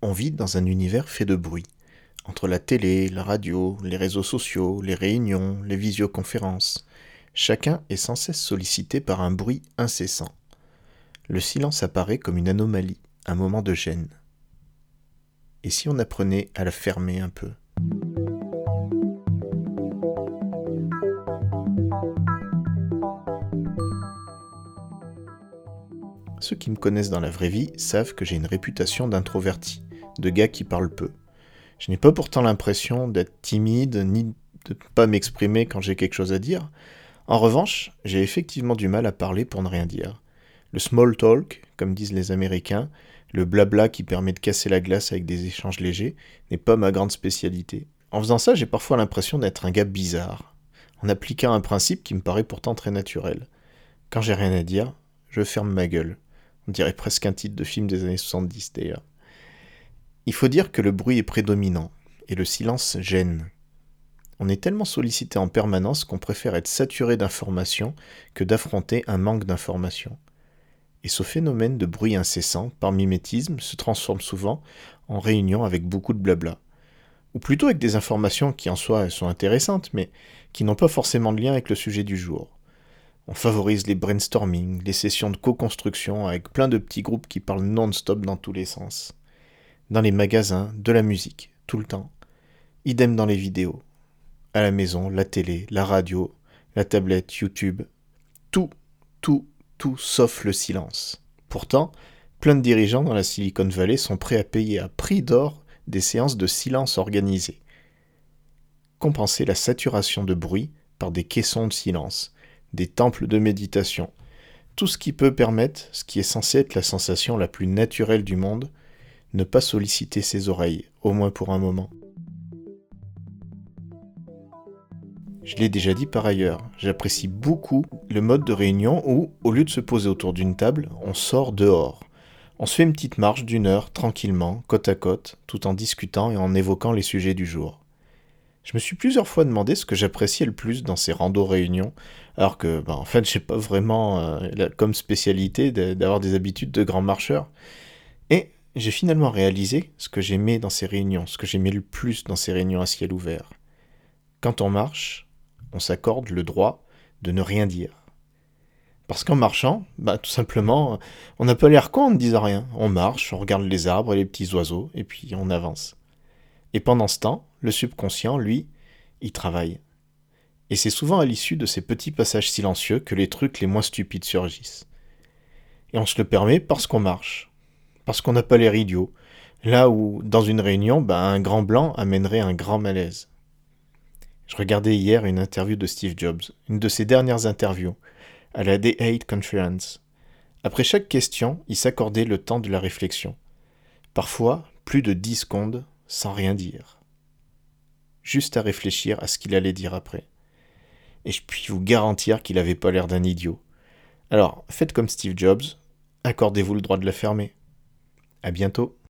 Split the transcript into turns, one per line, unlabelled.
on vit dans un univers fait de bruit. Entre la télé, la radio, les réseaux sociaux, les réunions, les visioconférences, chacun est sans cesse sollicité par un bruit incessant. Le silence apparaît comme une anomalie, un moment de gêne. Et si on apprenait à la fermer un peu ? Ceux qui me connaissent dans la vraie vie savent que j'ai une réputation d'introverti, de gars qui parle peu. Je n'ai pas pourtant l'impression d'être timide, ni de ne pas m'exprimer quand j'ai quelque chose à dire. En revanche, j'ai effectivement du mal à parler pour ne rien dire. Le small talk, comme disent les Américains, le blabla qui permet de casser la glace avec des échanges légers, n'est pas ma grande spécialité. En faisant ça, j'ai parfois l'impression d'être un gars bizarre, en appliquant un principe qui me paraît pourtant très naturel. Quand j'ai rien à dire, je ferme ma gueule. On dirait presque un titre de film des années 70 d'ailleurs. Il faut dire que le bruit est prédominant, et le silence gêne. On est tellement sollicité en permanence qu'on préfère être saturé d'informations que d'affronter un manque d'informations. Et ce phénomène de bruit incessant, par mimétisme, se transforme souvent en réunion avec beaucoup de blabla. Ou plutôt avec des informations qui en soi sont intéressantes, mais qui n'ont pas forcément de lien avec le sujet du jour. On favorise les brainstorming, les sessions de co-construction avec plein de petits groupes qui parlent non-stop dans tous les sens. Dans les magasins, de la musique, tout le temps. Idem dans les vidéos. À la maison, la télé, la radio, la tablette, YouTube. Tout sauf le silence. Pourtant, plein de dirigeants dans la Silicon Valley sont prêts à payer à prix d'or des séances de silence organisées. Compenser la saturation de bruit par des caissons de silence, des temples de méditation, tout ce qui peut permettre, ce qui est censé être la sensation la plus naturelle du monde, ne pas solliciter ses oreilles, au moins pour un moment. Je l'ai déjà dit par ailleurs, j'apprécie beaucoup le mode de réunion où, au lieu de se poser autour d'une table, on sort dehors. On se fait une petite marche d'1 heure, tranquillement, côte à côte, tout en discutant et en évoquant les sujets du jour. Je me suis plusieurs fois demandé ce que j'appréciais le plus dans ces randos-réunions, alors que, en fait, j'ai pas vraiment comme spécialité d'avoir des habitudes de grand marcheur. Et j'ai finalement réalisé ce que j'aimais dans ces réunions, ce que j'aimais le plus dans ces réunions à ciel ouvert. Quand on marche, on s'accorde le droit de ne rien dire. Parce qu'en marchant, tout simplement, on n'a pas l'air con en ne disant rien. On marche, on regarde les arbres et les petits oiseaux, et puis on avance. Et pendant ce temps, le subconscient, lui, il travaille. Et c'est souvent à l'issue de ces petits passages silencieux que les trucs les moins stupides surgissent. Et on se le permet parce qu'on marche. Parce qu'on n'a pas l'air idiot. Là où, dans une réunion, un grand blanc amènerait un grand malaise. Je regardais hier une interview de Steve Jobs, une de ses dernières interviews, à la Day 8 Conference. Après chaque question, il s'accordait le temps de la réflexion. Parfois, plus de 10 secondes, sans rien dire. Juste à réfléchir à ce qu'il allait dire après. Et je puis vous garantir qu'il n'avait pas l'air d'un idiot. Alors, faites comme Steve Jobs, accordez-vous le droit de la fermer. À bientôt.